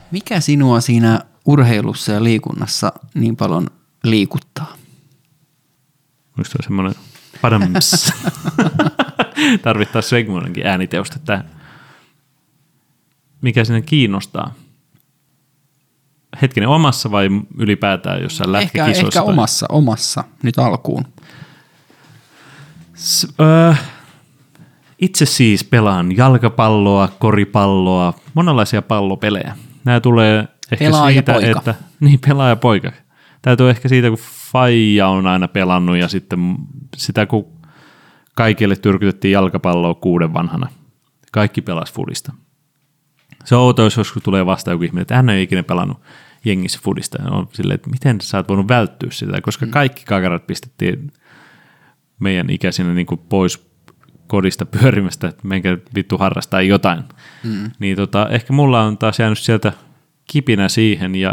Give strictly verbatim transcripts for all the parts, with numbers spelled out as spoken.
Mikä sinua siinä urheilussa ja liikunnassa niin paljon liikuttaa? Onko tuo semmoinen padams? Tarvittaisiin semmoinenkin ääniteosta tähän. Mikä sinne kiinnostaa? Hetkinen, omassa vai ylipäätään jossain lätkäkisoissa? Ehkä, ehkä omassa, omassa, nyt alkuun. S- öö, itse siis pelaan jalkapalloa, koripalloa, monenlaisia pallopelejä. Nämä tulee ehkä pelaaja siitä, poika. että... Niin, pelaaja poika. Tämä tulee ehkä siitä, kun faija on aina pelannut ja sitten sitä, kun kaikille tyrkytettiin jalkapalloa kuuden vanhana. Kaikki pelasi fudista. Se on outo, jos joskus tulee vastaan joku ihminen, että hän ei ikinä pelannut jengissä fudista. On silleen, että miten sä oot voinut välttyä sitä, koska kaikki kakarat pistettiin meidän ikäisinä niin kuin pois kodista pyörimästä, että menkää vittu harrastaa jotain. Mm. Niin tota, ehkä mulla on taas jäänyt sieltä kipinä siihen, ja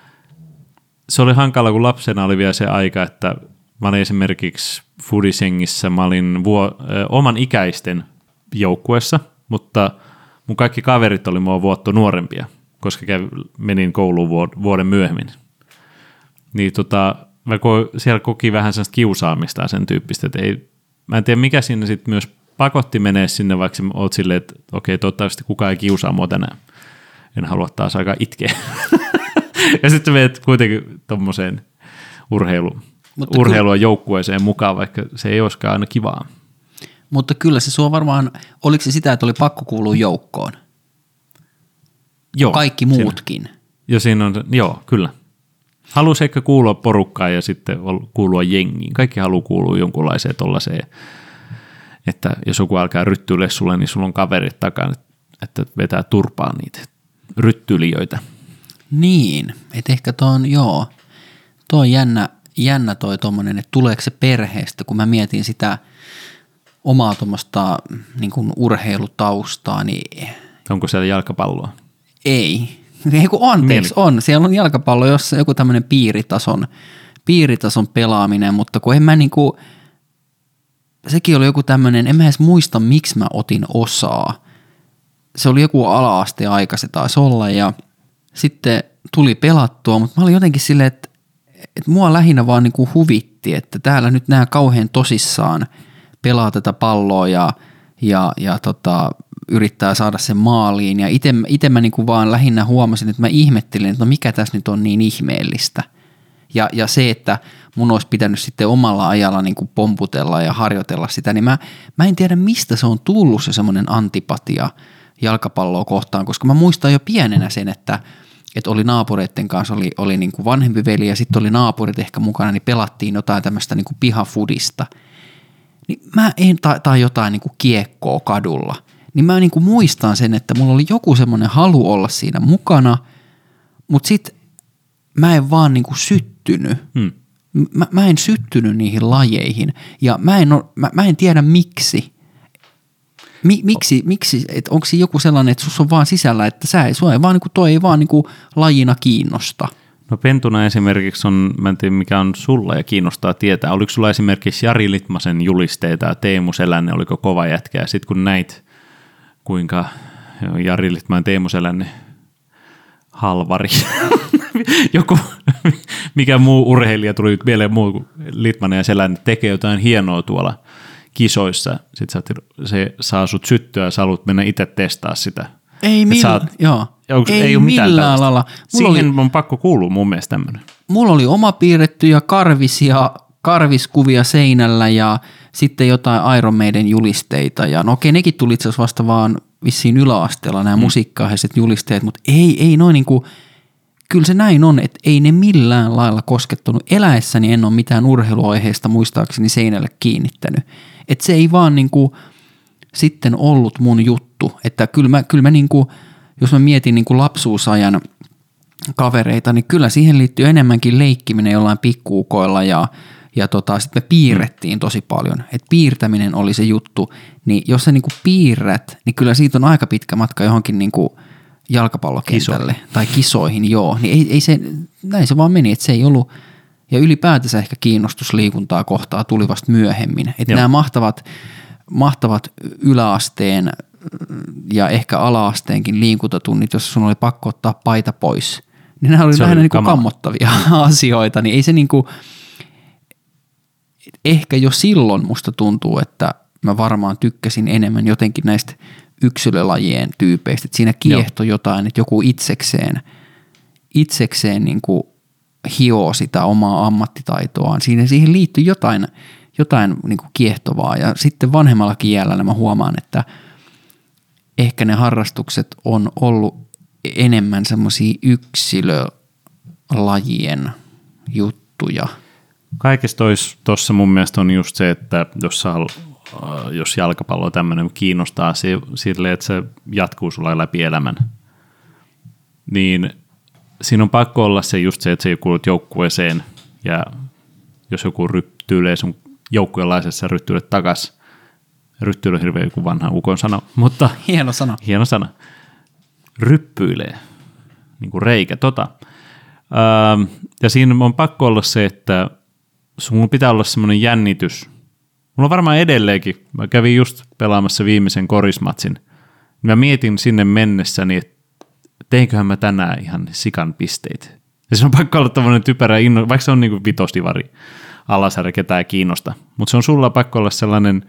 se oli hankala, kun lapsena oli vielä se aika, että mä olin esimerkiksi fudisjengissä, mä olin vuo, ö, oman ikäisten joukkueessa, mutta mun kaikki kaverit oli mua vuotta nuorempia, koska käv, menin kouluun vuoden myöhemmin. Niin tota, mä ko, siellä koki vähän sellaista kiusaamista ja sen tyyppistä, että ei, mä en tiedä mikä sinne sitten myös pakotti menee sinne, vaikka oot silleen, että okei, toivottavasti kukaan ei kiusaa mua tänään. En halua taas aika itkeä. Ja sitten menet kuitenkin tommoseen urheilu, urheilua kyllä joukkueeseen mukaan, vaikka se ei olisikaan aina kivaa. Mutta kyllä se sua varmaan, oliko se sitä, että oli pakko kuulua joukkoon? Joo. Kaikki muutkin. Siinä. Ja siinä on, joo, kyllä. Haluaisi ehkä kuulua porukkaan ja sitten kuulua jengiin. Kaikki haluaa kuulua jonkunlaiseen tollaiseen, että jos joku alkaa ryttyille sulle, niin sulla on kaverit takana, että vetää turpaa niitä ryttylijöitä. Niin, että ehkä tuo on, joo, tuo on jännä, jännä toi tommonen, että tuleeko se perheestä, kun mä mietin sitä omaa tuommoista niin kuin urheilutaustaa, niin onko siellä jalkapalloa? Ei. Ei kun anteeksi, Mieli. on. Siellä on jalkapallo, jossa joku tämmöinen piiritason, piiritason pelaaminen, mutta kun en mä niinku, sekin oli joku tämmöinen, en mä edes muista, miksi mä otin osaa. Se oli joku ala-aste aika, se taisi olla, ja sitten tuli pelattua, mutta mä olin jotenkin silleen, että, että mua lähinnä vaan niinku huvitti, että täällä nyt nämä kauhean tosissaan pelaa tätä palloa ja, ja, ja tota, yrittää saada sen maaliin. Ja itse mä niinku vaan lähinnä huomasin, että mä ihmettelin, että no mikä tässä nyt on niin ihmeellistä. Ja, ja se, että mun olisi pitänyt sitten omalla ajalla niinku pomputella ja harjoitella sitä, niin mä, mä en tiedä mistä se on tullut se semmoinen antipatia jalkapalloa kohtaan, koska mä muistan jo pienenä sen, että, että oli naapureiden kanssa, oli, oli niinku vanhempi veli ja sitten oli naapurit ehkä mukana, niin pelattiin jotain tämmöistä niinku pihafudista. Niin mä en, tai, tai jotain niinku kiekkoa kadulla, niin mä niinku muistan sen, että mulla oli joku semmoinen halu olla siinä mukana, mutta sit mä en vaan niinku syttynyt. Hmm. Mä, mä en syttynyt niihin lajeihin ja mä en, ole, mä, mä en tiedä miksi. Mi, miksi, miksi että onko se joku sellainen, että sus on vaan sisällä, että sä ei, sua ei vaan niinku, toi ei vaan niinku lajina kiinnosta. No pentuna esimerkiksi on, mä en tiedä mikä on sulla ja kiinnostaa tietää, oliko sulla esimerkiksi Jari Litmasen julisteita ja Teemu Selänne, oliko kova jätkä ja sitten kun näit kuinka Jari Litmanen ja Teemu Selänne halvari, joku mikä muu urheilija tuli mieleen muu kuin Litmanen ja Selänne tekee jotain hienoa tuolla kisoissa, sitten se saa sut syttyä ja sä haluat mennä itse testaa sitä. Ei millään, joo. Onko, ei, ei ole mitään millään lailla. Siihen oli, on pakko kuulua mun mielestä tämmöinen. Mulla oli oma piirrettyjä karvisia, karviskuvia seinällä ja sitten jotain Iron Maiden julisteita. Ja no okei, nekin tuli itse asiassa vasta vaan vissiin yläasteella nämä mm. musiikkaaheiset julisteet, mutta ei, ei noin niinku, kyllä se näin on, että ei ne millään lailla koskettunut. Eläessäni en ole mitään urheiluaiheesta muistaakseni seinälle kiinnittänyt. Että se ei vaan niinku sitten ollut mun juttu, että kyllä mä, kyllä mä niinku, jos mä mietin niin kuin lapsuusajan kavereita, niin kyllä siihen liittyy enemmänkin leikkiminen jollain pikkuukoilla ja, ja tota, sitten me piirrettiin tosi paljon. Et piirtäminen oli se juttu, niin jos sä niin kuin piirrät, niin kyllä siitä on aika pitkä matka johonkin niin kuin jalkapallokentälle Kiso. tai kisoihin, joo. Niin ei, ei se, näin se vaan meni, että se ei ollut, ja ylipäätänsä ehkä kiinnostus liikuntaa kohtaa tuli vasta myöhemmin. Että nämä mahtavat, mahtavat yläasteen ja ehkä ala-asteenkin liikuntatunnit, jos sun oli pakko ottaa paita pois, niin nämä oli lähinnä niin kuin kammottavia asioita, niin ei se niin kuin, ehkä jo silloin musta tuntuu, että mä varmaan tykkäsin enemmän jotenkin näistä yksilölajien tyypeistä, että siinä kiehto jotain, että joku itsekseen, itsekseen niin kuin hioo sitä omaa ammattitaitoaan. Siinä siihen liittyy jotain, jotain niin kuin kiehtovaa ja sitten vanhemmallakin iällä mä huomaan, että ehkä ne harrastukset on ollut enemmän semmoisia yksilölajien juttuja. Kaikesta tuossa mun mielestä on just se, että jos, sä, jos jalkapallo tämmöinen kiinnostaa silleen, että se jatkuu sulla läpi elämän, niin siinä on pakko olla se just se, että sä kuulut joukkueeseen ja jos joku ryttyilee sun joukkueenlaisessa ryttyilee takas, ryttyilee on hirveän joku vanha ukon sana, mutta hieno sana. Hieno sana. Ryppyilee, niin kuin reikä, tota. Öö, ja siinä on pakko olla se, että sun pitää olla semmoinen jännitys. Mulla on varmaan edelleenkin, mä kävin just pelaamassa viimeisen korismatsin, mä mietin sinne mennessäni, että teinköhän mä tänään ihan sikan pisteitä. Ja se on pakko olla tämmöinen typerä inno, vaikka se on niin kuin vitosdivari alasarja, ketään kiinnosta. Mutta se on sulla pakko olla sellainen,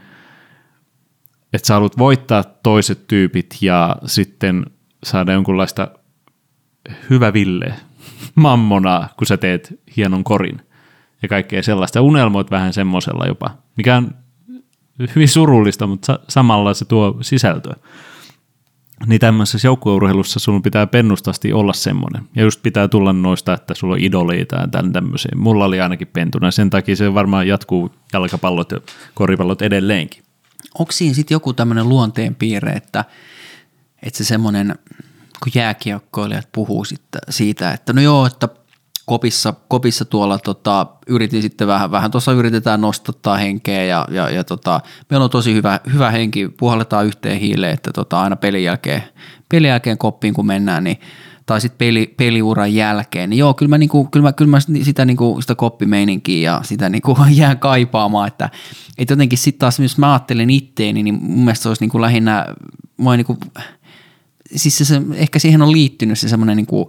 että sä haluat voittaa toiset tyypit ja sitten saada jonkunlaista hyvä ville mammonaa, kun sä teet hienon korin ja kaikkea sellaista. Unelmoit vähän semmoisella jopa, mikä on hyvin surullista, mutta samalla se tuo sisältöä. Niin tämmöisessä joukkueurheilussa sun pitää pennustasti olla semmoinen. Ja just pitää tulla noista, että sulla on idoleita ja tämän tämmöiseen. Mulla oli ainakin pentuna. Sen takia se varmaan jatkuu jalkapallot ja koripallot edelleenkin. Onko siinä sitten joku tämmöinen luonteenpiirre, että, että se semmoinen, kun jääkiekkoilijat puhuu sitten siitä, että no joo, että kopissa, kopissa tuolla tota, yritin sitten vähän, vähän tuossa yritetään nostattaa henkeä ja, ja, ja tota, meillä on tosi hyvä, hyvä henki, puhalletaan yhteen hiileen, että tota, aina pelin jälkeen, pelin jälkeen koppiin kun mennään, niin, tai sitten peli, peliuran jälkeen, niin joo, kyllä mä, niinku, kyllä mä, kyllä mä sitä, niinku, sitä koppimeininkiä ja sitä niinku, jään kaipaamaan, että et jotenkin sitten taas, jos mä ajattelen itteeni, niin mun mielestä se olisi niinku lähinnä, mua niinku, siis se, se, ehkä siihen on liittynyt se semmoinen niinku,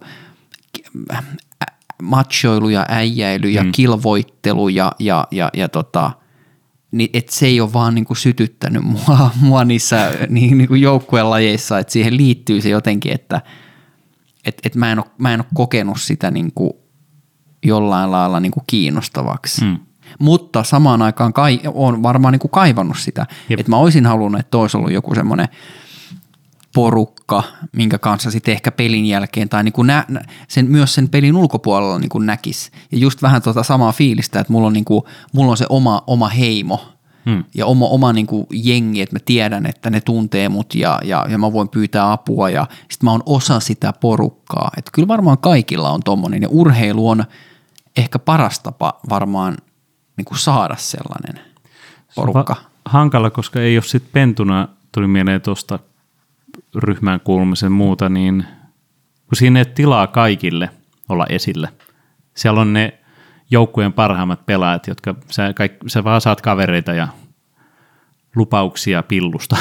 machoilu ja äijäily ja mm. kilvoittelu ja, ja, ja, ja tota, niin, että se ei ole vaan niinku sytyttänyt mua, mua niissä niin, niinku joukkuelajeissa, että siihen liittyy se jotenkin, että et, et mä, en ole, mä en ole kokenut sitä niinku jollain lailla niinku kiinnostavaksi. Mm. Mutta samaan aikaan kai, olen varmaan niinku kaivannut sitä, Jep. että mä olisin halunnut, että olisi ollut joku semmoinen porukka, minkä kanssa sitten ehkä pelin jälkeen tai niinku nä, sen, myös sen pelin ulkopuolella niinku näkisi. Ja just vähän tuota samaa fiilistä, että mulla on, niinku, mulla on se oma, oma heimo hmm. ja oma, oma niinku jengi, että mä tiedän, että ne tuntee mut ja, ja, ja mä voin pyytää apua ja sitten mä oon osa sitä porukkaa. Että kyllä varmaan kaikilla on tommonen ja urheilu on ehkä paras tapa varmaan niinku saada sellainen porukka. Hankala, koska ei ole sitten pentuna, tuli mieleen tuosta ryhmään kuulumisen muuta, niin kun siinä ei tilaa kaikille olla esillä. Siellä on ne joukkueen parhaimmat pelaajat, jotka sä, kaik, sä vaan saat kavereita ja lupauksia pillusta.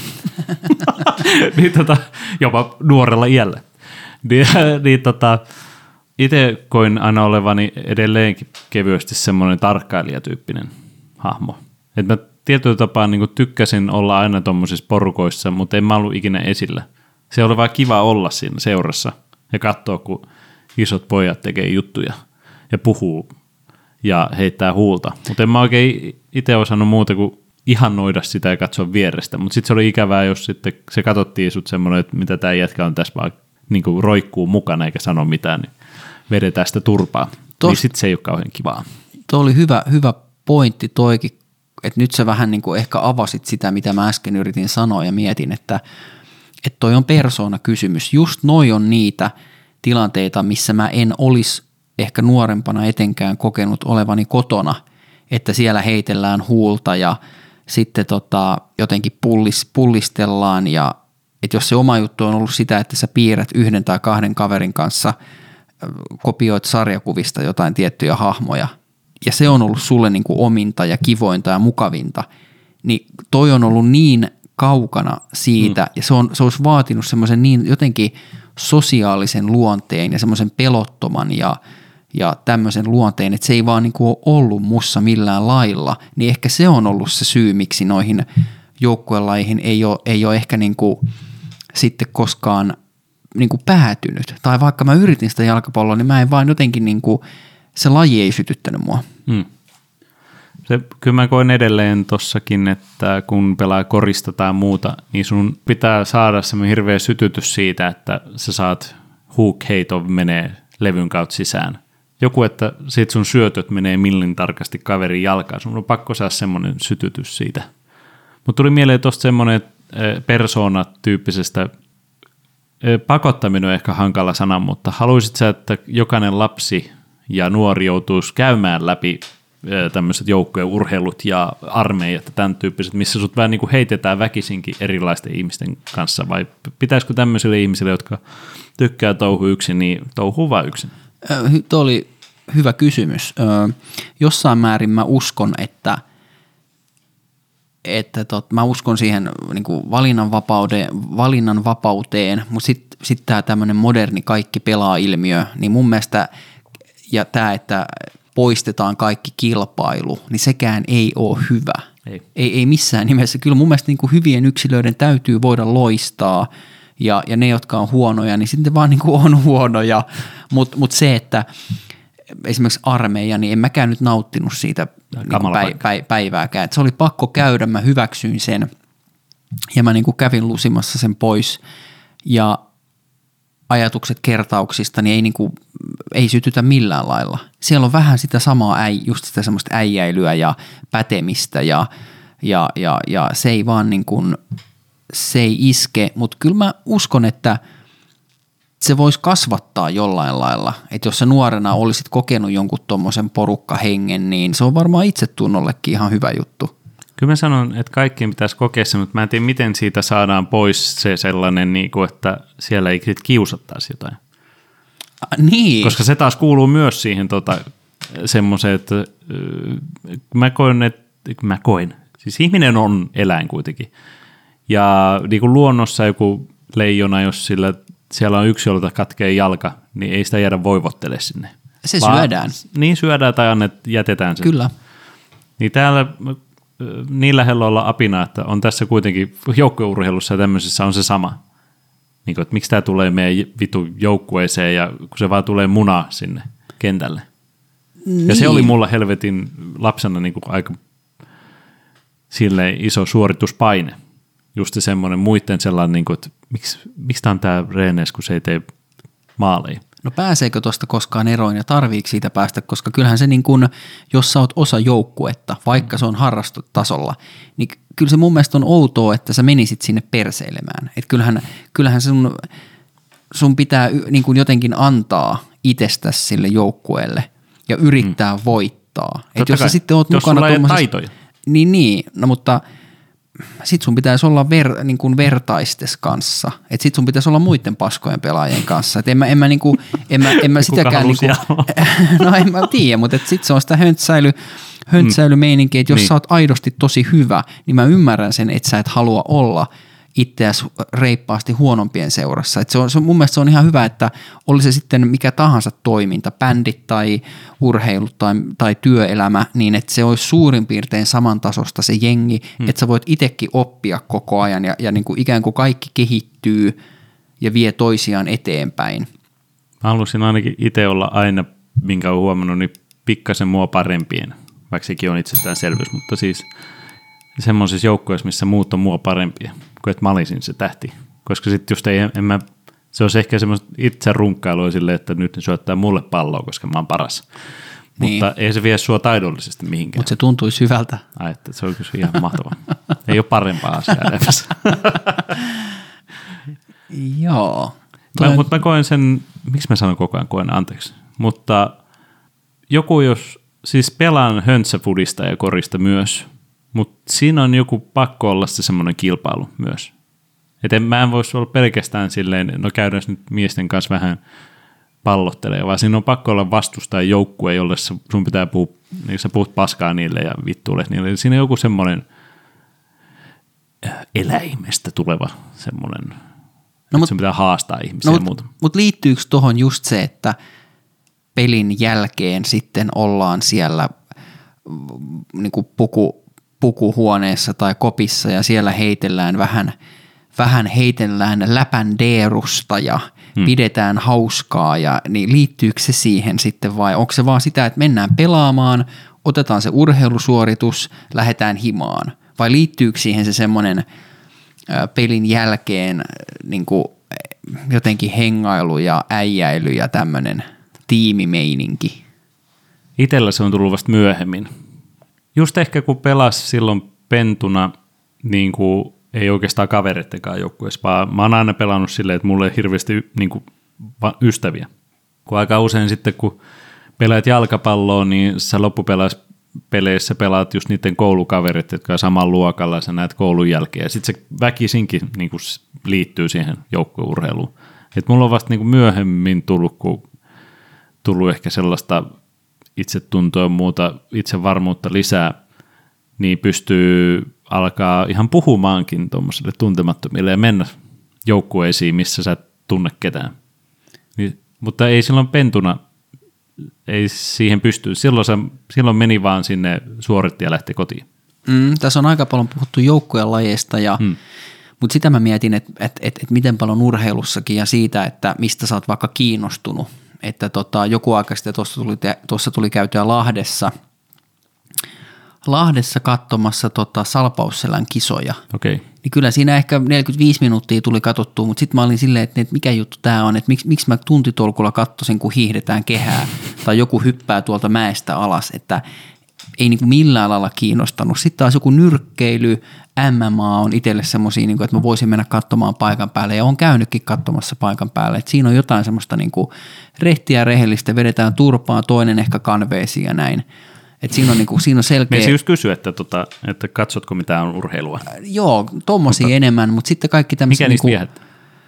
niin, tota, jopa nuorella iällä. Niin, niin, tota, itse koin aina olevani edelleenkin kevyesti semmoinen tarkkailijatyyppinen hahmo. Että mä tietyllä tapaa niin tykkäsin olla aina tuommoisissa porukoissa, mutta en mä ollut ikinä esillä. Se oli vaan kiva olla siinä seurassa ja katsoa, kun isot pojat tekee juttuja ja puhuu ja heittää huulta. Mutta en mä oikein itse osannut muuta kuin ihannoida sitä ja katsoa vierestä. Mutta sitten se oli ikävää, jos sitten se katsottiin sut semmoinen, että mitä tämä jätkä on tässä vaan niin roikkuu mukana eikä sano mitään, niin vedetään sitä turpaa. Tos, niin sitten se ei ole kauhean kivaa. Tuo oli hyvä, hyvä pointti toikin. Että nyt sä vähän niin kuin ehkä avasit sitä, mitä mä äsken yritin sanoa ja mietin, että, että toi on persoonakysymys. Just noi on niitä tilanteita, missä mä en olisi ehkä nuorempana etenkään kokenut olevani kotona, että siellä heitellään huulta ja sitten tota, jotenkin pullis, pullistellaan ja että jos se oma juttu on ollut sitä, että sä piirrät yhden tai kahden kaverin kanssa, kopioit sarjakuvista jotain tiettyjä hahmoja, ja se on ollut sulle niin kuin ominta ja kivointa ja mukavinta, niin toi on ollut niin kaukana siitä, mm. ja se, on, se olisi vaatinut semmoisen niin jotenkin sosiaalisen luonteen ja semmoisen pelottoman ja, ja tämmöisen luonteen, että se ei vaan niin kuin ole ollut mussa millään lailla, niin ehkä se on ollut se syy, miksi noihin joukkuelaihin ei ole, ei ole ehkä niin kuin sitten koskaan niin kuin päätynyt. Tai vaikka mä yritin sitä jalkapalloa, niin mä en vaan jotenkin, niin kuin, se laji ei sytyttänyt mua. Mm. Se, kyllä mä koen edelleen tossakin, että kun pelaa korista tai muuta, niin sun pitää saada semmoinen hirveä sytytys siitä, että sä saat hook-heito menee levyn kautta sisään. Joku, että sit sun syötöt menee millin tarkasti kaverin jalkaan. Sun on pakko saada semmoinen sytytys siitä. Mutta tuli mieleen tuosta semmoinen persoonatyyppisestä, pakottaminen on ehkä hankala sana, mutta haluaisit sä, että jokainen lapsi ja nuori joutuisi käymään läpi tämmöiset joukkojen urheilut ja armeijat ja tämän tyyppiset, missä sut vähän niin kuin heitetään väkisinkin erilaisten ihmisten kanssa, vai pitäisikö tämmöisille ihmisille, jotka tykkää touhua yksin, niin touhuu vaan yksin? Tuo oli hyvä kysymys. Jossain määrin mä uskon, että, että tot, mä uskon siihen niin kuin valinnanvapauteen, valinnanvapauteen, mutta sitten sit tämä tämmöinen moderni kaikki pelaa -ilmiö, niin mun mielestä, ja tämä, että poistetaan kaikki kilpailu, niin sekään ei ole hyvä. Ei, ei, ei missään nimessä. Kyllä mun mielestä niin kuin hyvien yksilöiden täytyy voida loistaa, ja, ja ne, jotka on huonoja, niin sitten vaan niin kuin on huonoja. Mutta mut se, että esimerkiksi armeija, niin en mäkään nyt nauttinut siitä niin päi, päi, päivääkään. Et se oli pakko käydä, mä hyväksyin sen, ja mä niin kuin kävin lusimassa sen pois, ja ajatukset kertauksista, niin ei, niin kuin, ei sytytä millään lailla. Siellä on vähän sitä samaa, äi, just sitä semmoista äijäilyä ja pätemistä, ja, ja, ja, ja se ei vaan niin kuin, se ei iske, mutta kyllä mä uskon, että se voisi kasvattaa jollain lailla, että jos sä nuorena olisit kokenut jonkun tommosen porukkahengen, niin se on varmaan itsetunnollekin ihan hyvä juttu. Kyllä mä sanon, että kaikkien pitäisi kokea se, mutta mä en tiedä, miten siitä saadaan pois se sellainen, että siellä ei kiusattaisi jotain. Ah, niin. Koska se taas kuuluu myös siihen tota, semmoiseen, että mä koen, että mä koen, siis ihminen on eläin kuitenkin. Ja niin kuin luonnossa joku leijona, jos sillä, siellä on yksi, jolta katkee jalka, niin ei sitä jäädä voivottele sinne. Se Vaan, syödään. Niin syödään tai annet, jätetään se. Kyllä. Niin täällä niin lähellä olla apina, että on tässä kuitenkin joukkueurheilussa ja tämmöisissä on se sama. Niin kuin, että miksi tämä tulee meidän vitu joukkueeseen ja kun se vaan tulee munaa sinne kentälle. Niin. Ja se oli mulla helvetin lapsena niin kuin aika silleen iso suorituspaine. Just semmoinen muiden sellainen, niin kuin, että miksi, miksi tämä on tämä reenees, kun se ei tee maaleja. No pääseekö tuosta koskaan eroon ja tarviiko siitä päästä, koska kyllähän se niin kuin, jos sä oot osa joukkuetta, vaikka se on harrastotasolla, niin kyllä se mun mielestä on outoa, että sä menisit sinne perseilemään. Että kyllähän, kyllähän sun, sun pitää niin kuin jotenkin antaa itsestäsi sille joukkueelle ja yrittää hmm. voittaa. Että jos sä sitten oot jos mukana sulla ei ole taitoja. Niin, niin, no mutta sit sun pitäisi olla ver, niin kuin vertaistes kanssa. Et sit sun pitäisi olla muiden paskojen pelaajien kanssa. Et en mä, en mä, niin kuin, en mä, en mä sitäkään niin kuin, no en mä tiedä, mutta sit se on sitä höntsäily, höntsäilymeininkiä, että jos niin. sä oot aidosti tosi hyvä, niin mä ymmärrän sen, että sä et halua olla itseäsi reippaasti huonompien seurassa. Et se on, se on, mun mielestä se on ihan hyvä, että oli se sitten mikä tahansa toiminta, bändit tai urheilu tai, tai työelämä, niin että se olisi suurin piirtein samantasosta se jengi, hmm. että sä voit itsekin oppia koko ajan ja, ja niin kuin ikään kuin kaikki kehittyy ja vie toisiaan eteenpäin. Mä haluaisin ainakin itse olla aina, minkä olen huomannut, niin pikkasen mua parempien, vaikka sekin on itsestäänselvyys, mutta siis semmoisissa joukkueissa, missä muut on mua parempia, kuin että mä olisin se tähti. Koska sitten just ei, en mä, se olisi ehkä semmoista itse runkkailua silleen, että nyt ne syöttää mulle palloa, koska mä oon paras. Niin. Mutta ei se vie sua taidollisesti mihinkään. Mutta se tuntuisi hyvältä. Ai, että se on kyllä ihan mahtavaa. Ei ole parempaa asiaa elämässä. Joo. Mä, mutta mä koen sen, miksi mä sanon koko ajan koen, anteeksi. Mutta joku jos, siis pelaan höntsäfudista ja korista myös, mutta siinä on joku pakko olla se semmoinen kilpailu myös. Että mä en voisi olla pelkästään silleen, no käydään nyt miesten kanssa vähän pallottelemaan, vaan siinä on pakko olla vastustajan joukkue, jolle sun pitää puhua, niin sä puhut paskaa niille ja vittuulet niille. Siinä on joku semmoinen, eläimestä tuleva semmoinen, no, mut, se pitää haastaa ihmisiä no, ja muuta. Mutta liittyykö tuohon just se, että pelin jälkeen sitten ollaan siellä niin kuin puku, pukuhuoneessa tai kopissa ja siellä heitellään vähän, vähän heitellään läpändeerusta ja hmm. pidetään hauskaa, ja, niin liittyykö se siihen sitten vai onko se vaan sitä, että mennään pelaamaan, otetaan se urheilusuoritus, lähdetään himaan, vai liittyykö siihen se semmoinen pelin jälkeen niin kuin jotenkin hengailu ja äijäily ja tämmöinen tiimimeininki? Itellä se on tullut vasta myöhemmin. Just ehkä kun pelasi silloin pentuna, niin kuin ei oikeastaan kavereittenkaan joukkueessa, vaan mä oon aina pelannut silleen, että mulla ei hirveästi niin kuin, ystäviä. Kun aika usein sitten, kun pelaat jalkapalloa, niin sä loppupeleissä pelaat just niiden koulukaverit, jotka on saman luokalla, ja sä näet koulun jälkeen. Ja sitten se väkisinkin niin kuin liittyy siihen joukkueurheiluun. Et mulla on vasta niin kuin myöhemmin tullut, kun tullut ehkä sellaista itsetuntoa ja muuta itsevarmuutta lisää, niin pystyy alkaa ihan puhumaankin tuommoiselle tuntemattomille ja mennä joukkueisiin, missä sä et tunne ketään. Niin, mutta ei silloin pentuna, ei siihen pysty. Silloin, se, silloin meni vaan sinne, suoritti ja lähti kotiin. Mm, tässä on aika paljon puhuttu joukkueen lajeista, ja, mm. mutta sitä mä mietin, että et, et, et miten paljon urheilussakin ja siitä, että mistä sä oot vaikka kiinnostunut. Että tota, joku aika sitten tuossa tuli, tuossa tuli käytyä Lahdessa, Lahdessa katsomassa tota Salpausselän kisoja. Okay. Niin kyllä siinä ehkä neljäkymmentäviisi minuuttia tuli katsottua, mutta sitten mä olin silleen, että, että mikä juttu tämä on, että miksi, miksi mä tuntitolkulla katsoisin, kun hiihdetään kehää tai joku hyppää tuolta mäestä alas, että ei niin kuin millään lailla kiinnostanut. Sitten taas joku nyrkkeily, M M A on itselle semmoisia, niin että mä voisin mennä katsomaan paikan päälle, ja olen käynytkin katsomassa paikan päälle. Että siinä on jotain semmoista niin kuin rehtiä rehellistä, vedetään turpaa, toinen ehkä kanveesiin ja näin. Että siinä on, niin kuin, siinä on selkeä... Meisi just kysyä, että, tota, että katsotko mitään urheilua? Äh, joo, tommosia mutta enemmän, mutta sitten kaikki tämmöisiä... Mikä niistä viehättää?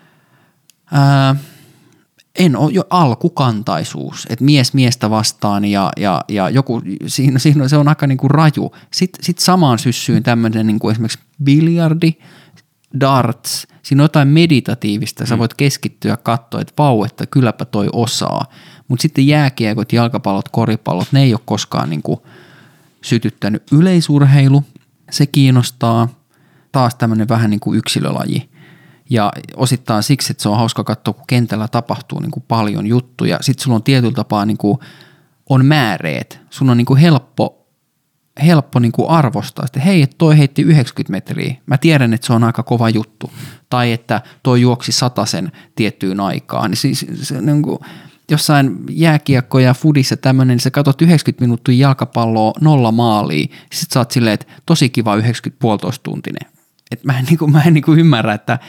Ää, en ole jo alkukantaisuus, että mies miestä vastaan ja, ja, ja joku, siinä, siinä se on aika niin kuin raju. Sitten sit samaan syssyyn tämmöinen niin kuin esimerkiksi biljardi, darts, siinä on jotain meditatiivista, sä voit keskittyä katsoa, että vau, että kylläpä toi osaa. Mutta sitten jääkiekot, jalkapallot, koripallot, ne ei ole koskaan niin kuin sytyttänyt. Yleisurheilu, se kiinnostaa, taas tämmöinen vähän niin kuin yksilölaji. Ja osittain siksi, että se on hauska katsoa, kun kentällä tapahtuu niin kuin paljon juttuja. Sitten sulla on tietyllä tapaa niin kuin, on määreet. Sun on niin kuin helppo, helppo niin kuin arvostaa, että hei, että toi heitti yhdeksänkymmentä metriä. Mä tiedän, että se on aika kova juttu. Tai että toi juoksi satasen tiettyyn aikaan. Niin siis, se, niin kuin, jossain jääkiekko ja fudissa tämmöinen, niin sä katsot yhdeksänkymmentä minuuttia jalkapalloa nolla maalia. Sitten sä oot silleen, että tosi kiva yhdeksänkymmentä puolitoista tuntinen. Et mä en, niin kuin, mä en niin kuin ymmärrä, että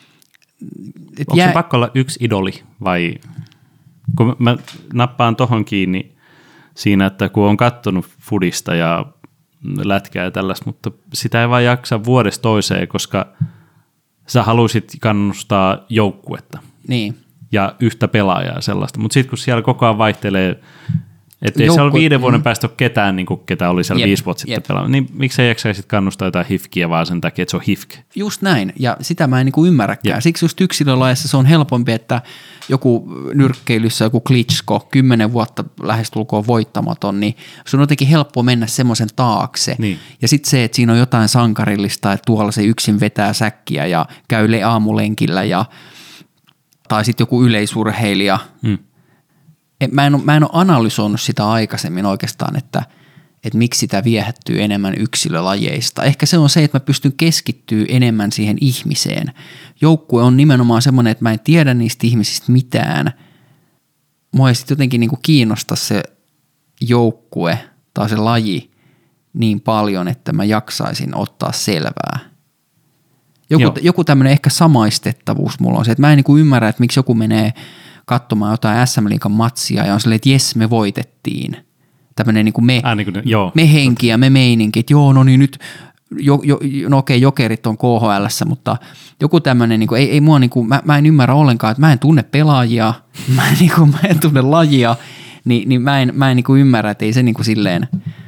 Et onko jää... se pakko olla yksi idoli vai, kun mä nappaan tohon kiinni siinä, että kun on kattonut fudista ja lätkää ja tällaista, mutta sitä ei vaan jaksa vuodesta toiseen, koska sä haluisit kannustaa joukkuetta niin. ja yhtä pelaajaa sellaista, mutta sitten kun siellä koko ajan vaihtelee, että ei siellä viiden vuoden päästä ole ketään, niin kuin ketä oli siellä jep, viisi vuotta sitten pelannut, niin miksi ei jaksaisi kannustaa jotain hifkiä vaan sen takia, että se on hifk? Just näin, ja sitä mä en niin kuin ymmärräkään. Jep. Siksi just yksilölajassa se on helpompi, että joku nyrkkeilyssä, joku Klitschko, kymmenen vuotta lähestulkoon voittamaton, niin sun on jotenkin helppo mennä semmoisen taakse. Niin. Ja sitten se, että siinä on jotain sankarillista, että tuolla se yksin vetää säkkiä ja käy aamulenkillä, ja, tai sitten joku yleisurheilija. Hmm. Mä en, ole, mä en ole analysoinut sitä aikaisemmin oikeastaan, että, että miksi sitä viehättyy enemmän yksilölajeista. Ehkä se on se, että mä pystyn keskittyä enemmän siihen ihmiseen. Joukkue on nimenomaan semmoinen, että mä en tiedä niistä ihmisistä mitään. Mua ei sitten jotenkin niin kuin kiinnosta se joukkue tai se laji niin paljon, että mä jaksaisin ottaa selvää. Joku, joku tämmöinen ehkä samaistettavuus mulla on se, että mä en niin kuin ymmärrä, että miksi joku menee katsomaan jotain S M-liigan matsia ja on silleen, että jes, me voitettiin. Tämmöinen niin kuin me, äh, niin kuin, joo. me henki ja me meininki, että joo, no niin nyt, jo, jo, no okei, jokerit on K H L:ssä, mutta joku tämmöinen, niin kuin, ei, ei mua, niin kuin, mä, mä en ymmärrä ollenkaan, että mä en tunne pelaajia, mä en, niin kuin, mä en tunne lajia, niin, niin mä en, mä en niin kuin ymmärrä, että ei se niin kuin silleen,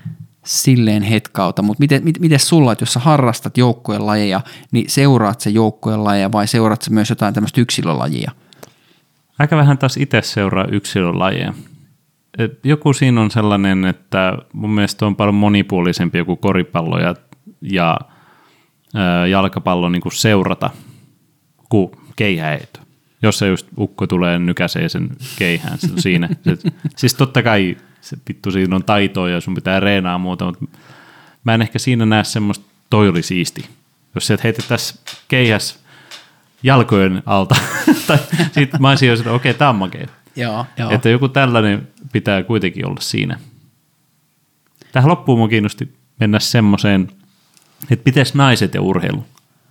silleen hetkauta, mutta miten, miten sulla, että jos sä harrastat joukkojen lajeja, niin seuraat sä joukkojen lajeja vai seuraat sä myös jotain tämmöistä yksilölajia? Aika vähän taas itse seuraa yksilölajeja. Et joku siinä on sellainen, että mun mielestä on paljon monipuolisempi joku koripallo ja, ja ää, jalkapallo niin kuin seurata kuin keihäheitto. Jos se just ukko tulee nykäsee sen keihään siinä. Se, siis totta kai se vittu siinä on taitoa ja sun pitää reenaa muuta, mutta mä en ehkä siinä näe semmoista, toi oli siisti. Jos sieltä heitettäisiin keihäs jalkojen alta, tai sitten mä olisin jo sitä, okei, okay, tämä on makea. Joo, joo. Että joku tällainen pitää kuitenkin olla siinä. Tähän loppuun mun kiinnosti mennä semmoiseen, että pitäisi naiset ja urheilu.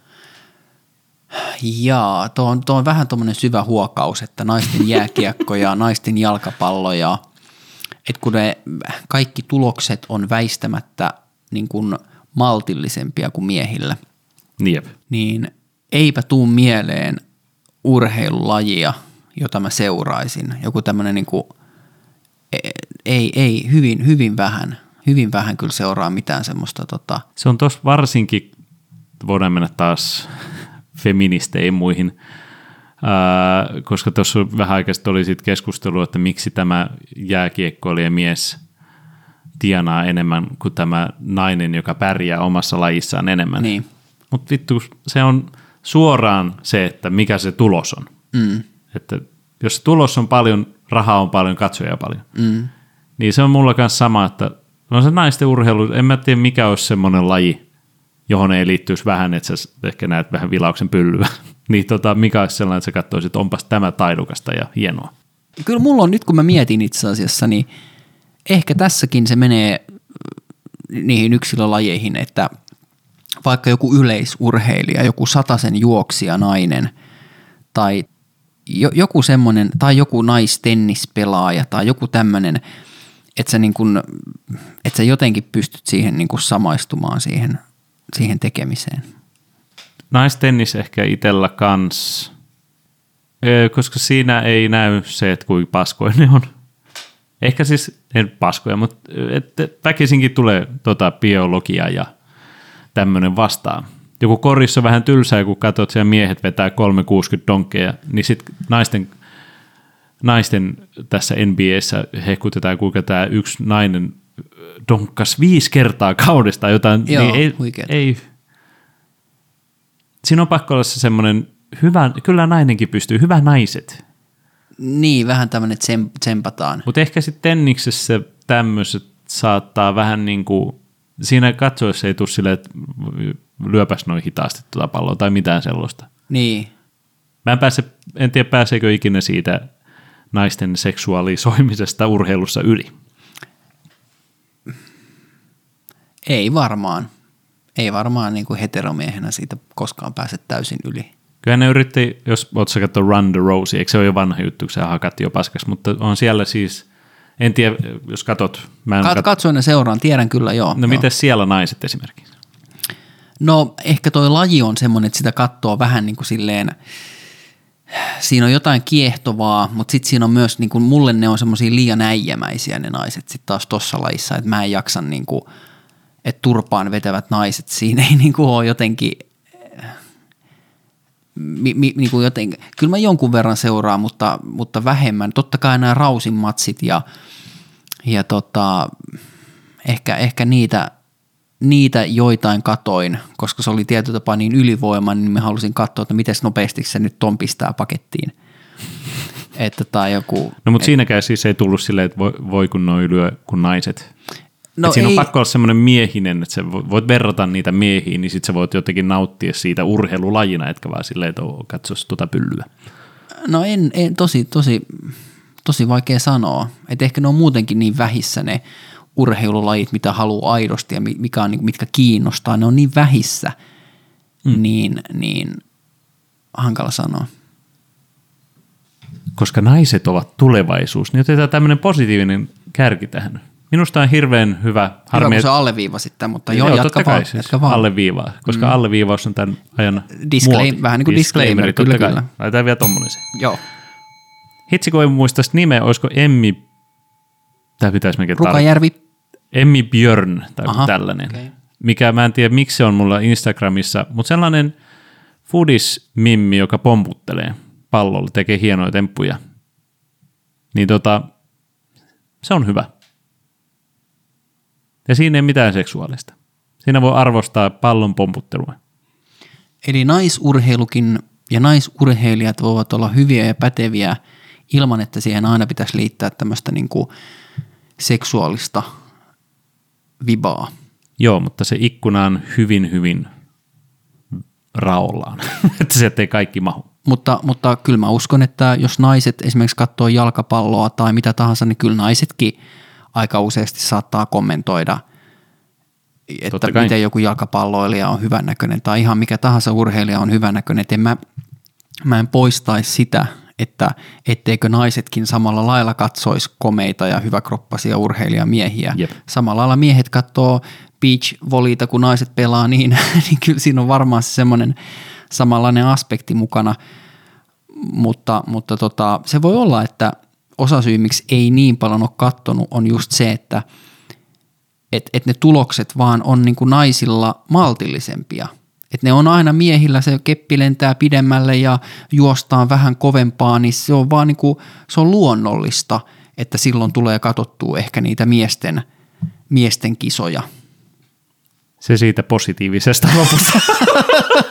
Jaa, tuo on, tuo on vähän tuommoinen syvä huokaus, että naisten jääkiekko ja naisten jalkapallo ja että kun ne kaikki tulokset on väistämättä niin kuin maltillisempia kuin miehillä, Jep. niin eipä tuu mieleen urheilulajia, jota mä seuraisin. Joku tämmöinen niin kuin, ei, ei, hyvin, hyvin vähän, hyvin vähän kyllä seuraa mitään semmoista. Tota. Se on tuossa varsinkin, voidaan mennä taas feministeihin muihin, ää, koska tuossa vähän aikaisesti oli sit keskustelua, että miksi tämä jääkiekkoilija mies tienaa enemmän kuin tämä nainen, joka pärjää omassa lajissaan enemmän. Niin. Mutta vittu, se on suoraan se, että mikä se tulos on. Mm. Että jos se tulos on paljon, rahaa on paljon, katsoja paljon, Mm. niin se on mulla kanssa sama, että no se naisten urheilu, en mä tiedä mikä olisi semmoinen laji, johon ei liittyisi vähän, että sä ehkä näet vähän vilauksen pyllyä. niin tota, mikä olisi sellainen, että sä katsoisit, että onpas tämä taidokasta ja hienoa. Kyllä mulla on nyt, kun mä mietin itse asiassa, niin ehkä tässäkin se menee niihin yksilölajeihin, että vaikka joku yleisurheilija, joku satasen juoksija nainen tai jo, joku semmoinen, tai joku naistennispelaaja tai joku tämmöinen, että sä, niin kun, että sä jotenkin pystyt siihen niin kun samaistumaan siihen, siihen tekemiseen. Naistennis ehkä itsellä kans, koska siinä ei näy se, että kuinka paskoja ne on. Ehkä siis, en paskoja, mutta että väkisinkin tulee tota biologia ja tämmöinen vastaan. Joku korissa on vähän tylsää, kun katsot siellä miehet vetää kolmesataakuusikymmentä donkkeja, niin sitten naisten, naisten tässä N B A:ssä hehkutetaan, kuinka tämä yksi nainen donkkas viisi kertaa kaudesta jotain. Joo, niin ei, ei. Siinä on pakko olla se semmoinen hyvä, kyllä nainenkin pystyy, hyvä naiset. Niin, vähän tämmöinen tsempataan. Mutta ehkä sitten tenniksessä tämmöiset saattaa vähän niin kuin, siinä katsoessa ei tule silleen, että lyöpäs noin hitaasti tuota palloa tai mitään sellaista. Niin. Mä en, pääse, en tiedä, pääseekö ikinä siitä naisten seksuaalisoimisesta urheilussa yli. Ei varmaan. Ei varmaan niin kuin heteromiehenä siitä koskaan pääse täysin yli. Kyllä ne yritti, jos oot sä katsoa Run the Rosie, eikö se ole jo vanha juttu, kun se hakatti jo paskas, mutta on siellä siis, en tiedä, jos katot. Mä en Kat- kat- katsoin ne seuraan, tiedän kyllä, joo. No joo. miten siellä naiset esimerkiksi? No ehkä toi laji on semmoinen, että sitä katsoo vähän niin kuin silleen, siinä on jotain kiehtovaa, mutta sitten siinä on myös, niin kuin mulle ne on semmoisia liian äijämäisiä ne naiset sitten taas tossa lajissa, että mä en jaksa niin kuin, että turpaan vetävät naiset, siinä ei niin kuin ole jotenkin, mi, mi, niin kuin jotenkin, kyllä mä jonkun verran seuraan, mutta, mutta vähemmän. Totta kai nämä Rausin matsit ja, ja tota, ehkä, ehkä niitä, niitä joitain katoin, koska se oli tietyllä tapaa niin ylivoiman, niin mä halusin katsoa, että miten nopeasti se nyt ton pistää pakettiin. että tai joku, no mutta et, siinäkään siis ei tullut silleen, että voi, voi kun noi lyö kuin naiset. no siinä ei, on pakko olla semmoinen miehinen, että sä voit verrata niitä miehiin, niin sit sä voit jotenkin nauttia siitä urheilulajina, etkä vaan silleen, että katsois tuota pyllyä. No en, en tosi, tosi, tosi vaikea sanoa. Että ehkä ne on muutenkin niin vähissä ne urheilulajit, mitä haluaa aidosti ja mikä on, mitkä kiinnostaa. Ne on niin vähissä, mm. niin, niin hankala sanoa. Koska naiset ovat tulevaisuus, niin otetaan tämmöinen positiivinen kärki tähän. Minusta on hirveän hyvä. Harmi, hyvä, kun se alleviivasit tämän, mutta joo, joo jatka vaan. Siis jatka vaan. Alleviivaa, koska mm. alleviivaus on tämän ajan Disclaim, muoti. Vähän niin kuin disclaimer, kyllä, kyllä. Laitetaan vielä tommonen se. Joo. Hitsi, kun en muista nimeä, olisiko Emmi, tämä pitäisi mekin Rukajärvi. Tar- Emmi Emmi Björn tai Aha, tällainen, okay. mikä mä en tiedä miksi se on mulla Instagramissa, mutta sellainen foodis-mimmi, joka pomputtelee pallolla, tekee hienoja temppuja, niin tota, se on hyvä. Ja siinä ei mitään seksuaalista. Siinä voi arvostaa pallon pomputtelua. Eli naisurheilukin ja naisurheilijat voivat olla hyviä ja päteviä ilman, että siihen aina pitäisi liittää tämmöistä niin kuin seksuaalista vibaa. Joo, mutta se ikkuna on hyvin, hyvin raollaan, että se ei kaikki mahu. Mutta, mutta kyllä mä uskon, että jos naiset esimerkiksi katsoo jalkapalloa tai mitä tahansa, niin kyllä naisetkin aika useasti saattaa kommentoida, että miten joku jalkapalloilija on hyvännäköinen tai ihan mikä tahansa urheilija on hyvännäköinen. En mä, mä en poistaisi sitä, että etteikö naisetkin samalla lailla katsoisi komeita ja hyväkroppaisia urheilijamiehiä. Jep. Samalla lailla miehet katsoo beach-voliita, kun naiset pelaa niin, niin kyllä siinä on varmaan semmoinen samanlainen aspekti mukana, mutta, mutta tota, se voi olla, että osasyy, miksi ei niin paljon ole kattonut, on just se, että et, et ne tulokset vaan on niin kuin naisilla maltillisempia. Et ne on aina miehillä, se keppi lentää pidemmälle ja juostaan vähän kovempaa, niin se on vaan niin kuin, se on luonnollista, että silloin tulee katsottua ehkä niitä miesten, miesten kisoja. Se siitä positiivisesta lopusta.